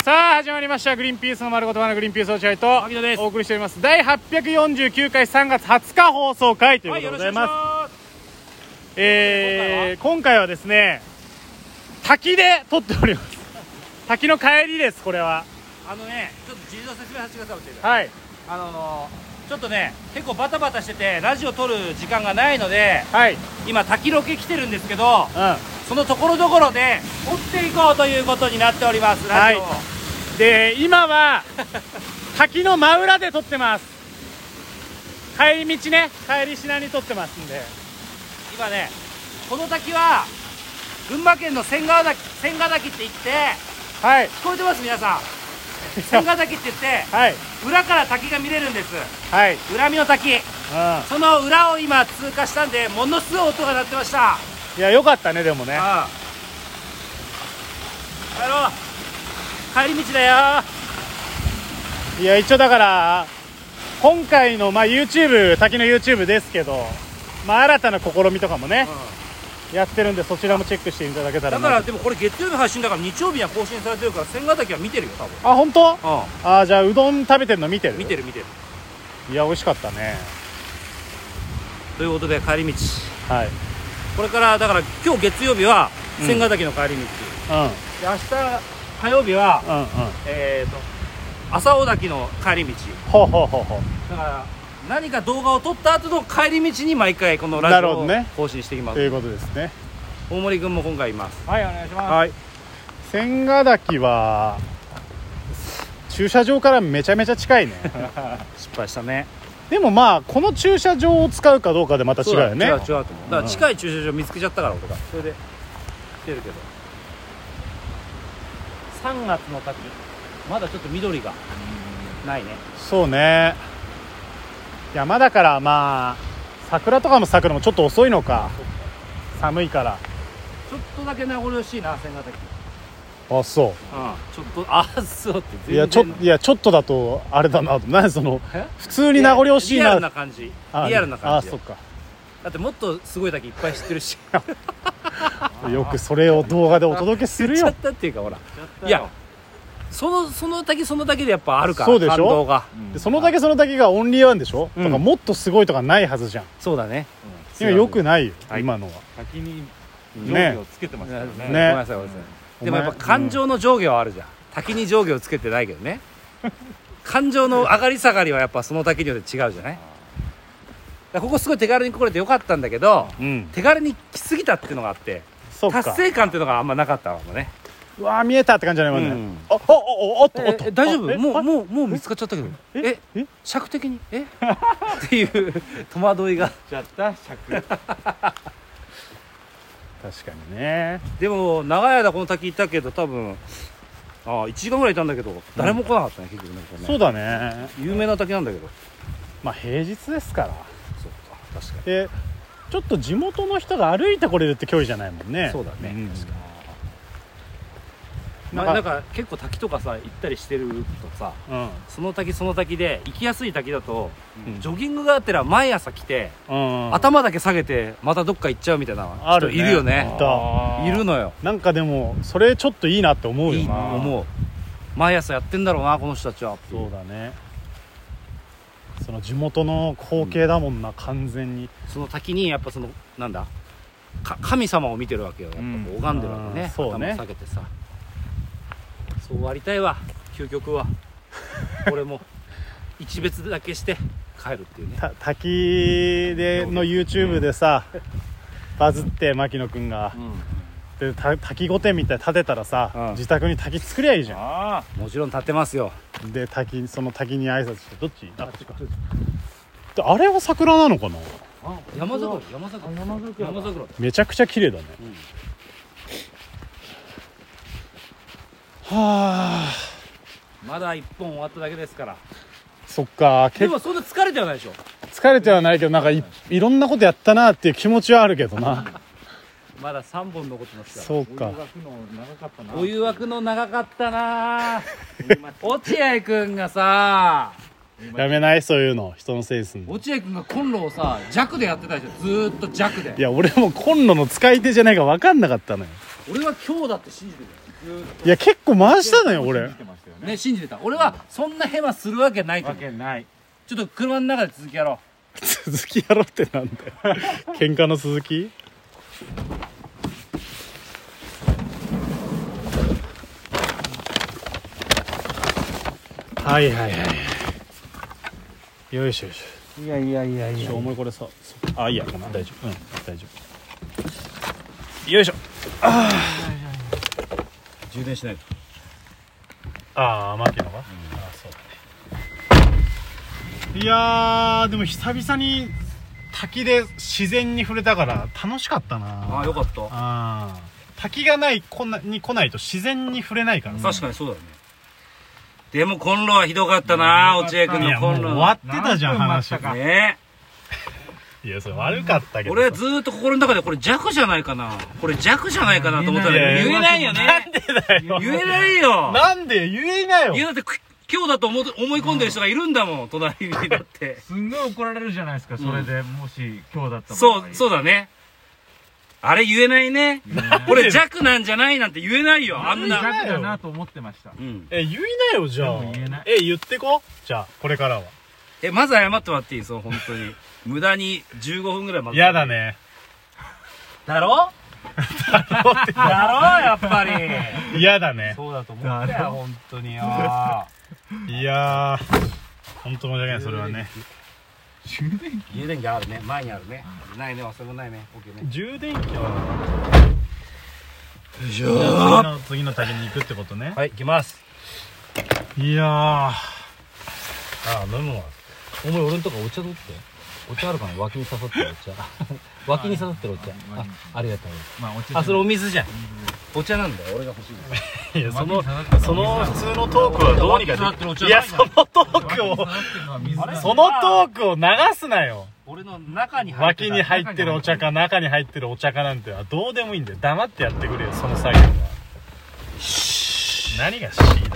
さあ始まりましたグリーンピースの丸ごとバナグリーンピース落合とお送りしております第849回3月20日放送回ということでございます。今回はですね滝で撮っております。滝の帰りです。これはちょっと事情説明させてください。 はい、 ちょっとね結構バタバタしててラジオ撮る時間がないので、 はい、 今滝ロケ来てるんですけど、そのところどころで撮っていこうということになっております。ラジオ、 で今は滝の真裏で撮ってます。帰り道ね、帰りしなに撮ってますんで、 今ねこの滝は群馬県の千ヶ滝って言って、 はい、 聞こえてます皆さん。千ヶ滝って言って、 はい、 裏から滝が見れるんです。 はい、 裏見の滝、その裏を今通過したんでものすごい音が鳴ってました。 いやよかったね。でもね、 帰ろう、帰り道だよ。 いや一応だから今回のYouTube 滝の YouTube ですけど、新たな試みとかもね、やってるんでそちらもチェックしていただけたらな。 だからでもこれ月曜日配信だから日曜日には更新されてるから千ヶ滝は見てるよ多分。 あ、本当？じゃあうどん食べてるの見てる？ 見てる。 いや美味しかったね。 ということで帰り道、 はい、 これからだから今日月曜日は千ヶ滝の帰り道、で明日火曜日は、朝尾滝の帰り道。だから何か動画を撮った後の帰り道に毎回このラジオを更新していきます、 ということですね。 大森君も今回います。 はい、お願いします。はい、千ヶ滝は駐車場からめちゃめちゃ近いね。 失敗したね。 でもこの駐車場を使うかどうかでまた違うよね。 違うと思う。だから近い駐車場見つけちゃったから俺がそれで来てるけど、3月の滝まだちょっと緑がないね。 そうね、山だから桜とかも咲くのもちょっと遅いのか。寒いからちょっとだけ名残惜しいな千ヶ滝。 あ、そう、 ちょっとそうって全然いやちょっとだとあれだな。何その普通に名残惜しいな。 リアルな感じ。 あ、そっか。 だってもっとすごい滝いっぱい知ってるし。 よくそれを動画でお届けするよ。 言っちゃったっていうかほら、いやその滝でやっぱあるから。 そうでしょ。 感動が、 でその滝がオンリーワンでしょ、とかもっとすごいとかないはずじゃん。 そうだね、 今よくないよ、今のは。 滝に上下をつけてましたよね。 ごめんなさい。でもやっぱ感情の上下はあるじゃん。滝に上下をつけてないけどね。感情の上がり下がりはやっぱその滝によって違うじゃない。ここすごい手軽に来れてよかったんだけど、手軽に来すぎたっていうのがあって、達成感っていうのがあんまなかったわもね。 うわー、見えたって感じじゃないもんね。 大丈夫？もう見つかっちゃったけど。尺的にっていう戸惑いが。 ちゃった尺。 確かにね。 でも長い間この滝行ったけど多分1時間ぐらいいたんだけど誰も来なかったね、結局ね。 そうだね。 有名な滝なんだけど平日ですから。 そうか、確かに。 でちょっと地元の人が歩いてこれるって距離じゃないもんね。 そうだね、確かに。なんか結構滝とかさ行ったりしてるとさ、その滝で行きやすい滝だと、ジョギングがあってら毎朝来て、頭だけ下げてまたどっか行っちゃうみたいな人いるよね。いるのよ。 なんかでもそれちょっといいなって思うよな。 思う。毎朝やってんだろうなこの人たちは。 そうだね。その地元の光景だもんな、完全に。 その滝にやっぱそのなんだ神様を見てるわけよ。やっぱ拝んでるわけね。頭下げてさ。そうありたいわ、究極は。俺も一別だけして帰るっていうね。 滝での YouTube でさ、バズって牧野くんが、で滝御殿みたいに建てたらさ、自宅に滝作りゃいいじゃん。もちろん建てますよ。 でその滝に挨拶して。どっち？あれは桜なのかな。 山桜。 めちゃくちゃ綺麗だね。 まだ1本終わっただけですから。 そっか。 でもそんな疲れてはないでしょ。 疲れてはないけど、なんか いろんなことやったなっていう気持ちはあるけどな。 まだ3本残ってますから。 そうか。 お湯沸くの長かったな。落合くんがさやめないそういうの人のせいにすんの。 落合君がコンロをさ弱でやってたでしょ。ずーっと弱で。 いや俺もコンロの使い手じゃないか分かんなかったのよ。 俺は今日だって信じてるよ。 いや結構回したのよ俺。 見てましたよね。 ね、信じてた。俺はそんなヘマするわけないとわ思う。 けない。 ちょっと車の中で続きやろ続きやろうってなんだよ。喧嘩の続き。はいはいはい。よいしょよいしう。いやいやいやいょ。お前これさ、あいいや、ごめん大丈夫。うん大丈夫。よいしょ。 充電しないと。 ああ牧野が。あそうだね。いやーでも久々に滝で自然に触れたから楽しかったな。 あ、よかった。 あ滝がないに来ないと自然に触れないから、ね、 確かにそうだね。でもコンロはひどかったな、落合君のコンロ。 終わってたじゃん話がね。 いやそれ悪かったけど俺はずーっと心の中でこれ弱じゃないかな、これ弱じゃないかなと思ったんだけど、言えないよね。 なんでだよ。 言えないよ。 なんで言えなよ。 いやだって今日だと思い込んでる人がいるんだもん、隣に。だってすんごい怒られるじゃないですか、それでもし今日だったら。 そうだね。あれ言えないね。これ弱なんじゃないなんて言えないよ、あんな。 弱だなと思ってました。 言いなよじゃあ。 でも言えない。 言ってこじゃあこれからは。 まず謝ってもらっていい？そう本当に無駄に15分ぐらい待って。 やだね。 だろやっぱり嫌だね。 そうだと思ったよ本当によ。 いやー本当申し訳ないそれはね。 充電器あるね、前にあるね。ないね、忘れもないね。オッケーね。 充電器はよいしょ。 次の滝に行くってことね。 はい行きます。 いや飲むわ。お前俺のとこお茶取って。お茶あるかな、脇に刺さってるお茶。脇に刺さってるお茶。ありがとう。それお水じゃん。お茶なんだよ、俺が欲しい。 いやその普通のトークはどうにかできる。いやそのトークを流すなよ。 俺の中に脇に入ってるお茶か中に入ってるお茶かなんてはどうでもいいんだよ。黙ってやってくれよその作業は。何が C だ。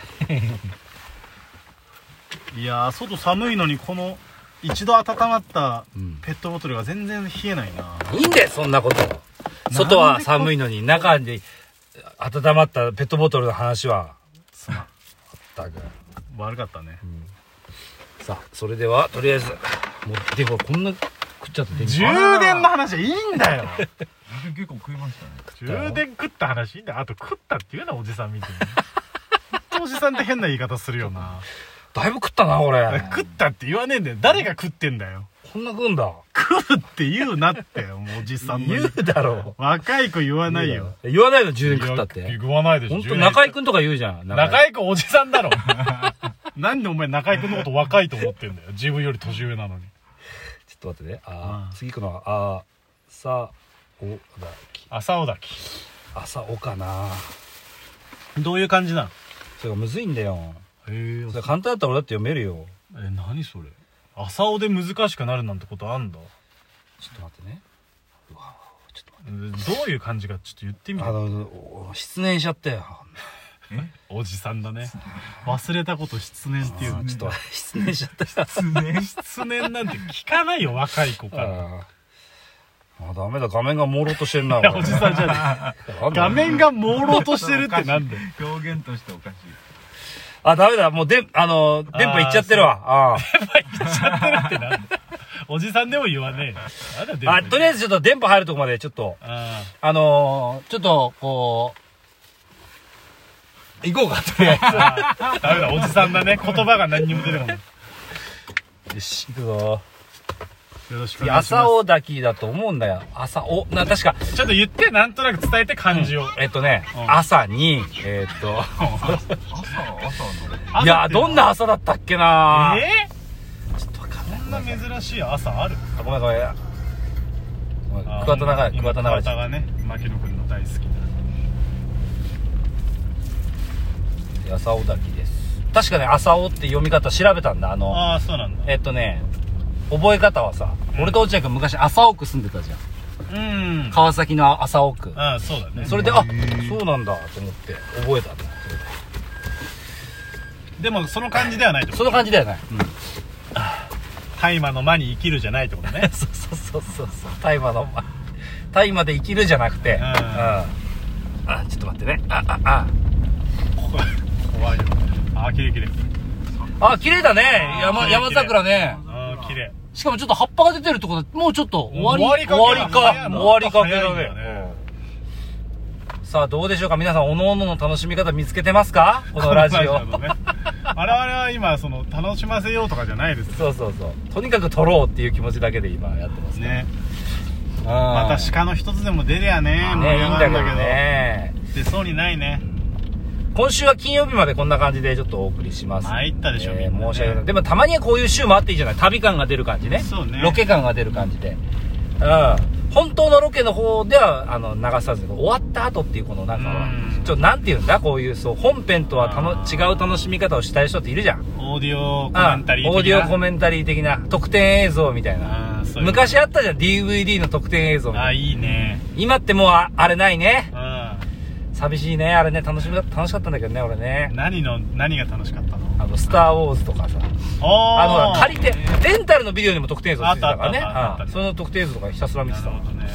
いや外寒いのにこの一度温まったペットボトルが全然冷えないな。 いいんだよそんなこと。外は寒いのに中で温まったペットボトルの話はすまん。 全く悪かったね。 さあそれではとりあえずもうでもこんな食っちゃって充電の話はいいんだよ。 結構食いましたね。 充電食った話いいんだよ。あと食ったって言うなおじさんみたいな。おじさんって変な言い方するよな。 だいぶ食ったな俺。 食ったって言わねえんだよ。誰が食ってんだよ。 こんな食うんだ。 食うって言うなってもうおじさんの言うだろう。 若い子言わないよ。 言わないの充電食ったって。 言わないでしょ。 本当中居君とか言うじゃん。 中居君おじさんだろ。なんでお前中居君のこと若いと思ってんだよ。自分より年上なのに。 ちょっと待ってね。次行くのは朝尾滝。 朝尾滝。 朝尾かな。 どういう感じなの？ それがむずいんだよ。 へえ。 それ簡単だったら俺だって読めるよ。 何それ。朝尾で難しくなるなんてことあんだ。 ちょっと待ってね。うわちょっと待って。どういう感じかちょっと言ってみて。 失念しちゃったよ。 おじさんだね。忘れたこと失念っていう。 ちょっと失念しちゃった。 失念なんて聞かないよ若い子から。 ダメだ、画面が朦朧としてるな。 おじさんじゃない。画面が朦朧としてるってなんだよ。 表現としておかしい。 ダメだ、もう電波いっちゃってるわ。 電波いっちゃってるってなんだよ。おじさんでも言わねえ。 とりあえずちょっと電波入るとこまでちょっと、ちょっとこう、行こうか、とりあえず。 ダメだ、おじさんだね。言葉が何にも出てこない。 よし、行くぞ。 よろしくお願いします。 朝尾滝だと思うんだよ。朝尾、確か。 ちょっと言って、なんとなく伝えて漢字を。 朝に、いや、どんな朝だったっけな。ちょっとわかんない。 こんな珍しい朝ある？ ごめん。桑田流れ。 桑田がね、牧野君の大好きな。朝尾滝です。確かね、朝尾って読み方調べたんだ。 そうなんだ。 覚え方はさ、俺と落合君昔朝尾区住んでたじゃん。川崎の朝尾区。 そうだね。 それでそうなんだと思って覚えた。 でもその感じではないと。 その感じではない。 大麻の間に生きるじゃないってことね。 そう大麻で生きるじゃなくて、あ、ちょっと待ってね。 怖いよ。綺麗綺麗。 綺麗だね。山桜ね。 綺麗。 しかもちょっと葉っぱが出てるってことはもうちょっと終わりかけだね。さあどうでしょうか、皆さんおのおのの楽しみ方見つけてますか、このラジオ。 我々は今その楽しませようとかじゃないです。 そうとにかく撮ろうっていう気持ちだけで今やってますね。 また鹿の一つでも出りゃね、 いいんだけどね。 出そうにないね。 今週は金曜日までこんな感じでちょっとお送りします。 参ったでしょ、 申し訳ない。でもたまにはこういう週もあっていいじゃない。旅感が出る感じね。 そうね。 ロケ感が出る感じで。本当のロケの方では流さず、終わった後っていうこのなんかなんていうんだ、こういう本編とは違う楽しみ方をしたい人っているじゃん。 オーディオコメンタリー的な。 オーディオコメンタリー的な特典映像みたいな。昔あったじゃん、 DVD の特典映像みたいな。 いいね。 今ってもうあれないね。寂しいね、あれね。楽しかったんだけどね、俺ね。 何が楽しかったの？ スターウォーズとかさ、借りてレンタルのビデオにも特典映像ついてたからね。その特典映像とかひたすら見てた。なるほどね。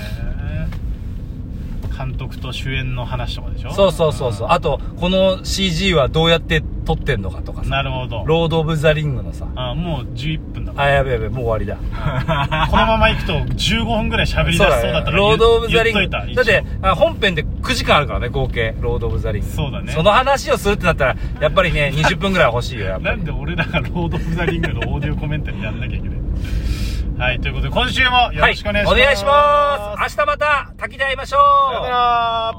監督と主演の話とかでしょ。 そう。あとこの CG はどうやって撮ってんのかとかさ。 なるほど。 ロード・オブ・ザ・リングのさ。 もう11分だ。 やべえ、もう終わりだ。 このまま行くと15分ぐらい喋り出しそうだったらロード・オブ・ザ・リング。 だって本編で9時間あるからね、合計。ロード・オブ・ザ・リング。 そうだね。 その話をするってなったらやっぱりね20分ぐらい欲しいよ、やっぱり。 なんで俺らがロード・オブ・ザ・リングのオーディオコメンタリーやんなきゃいけない。はい、ということで今週もよろしくお願いします。 お願いします。明日また滝で会いましょう。 さよなら。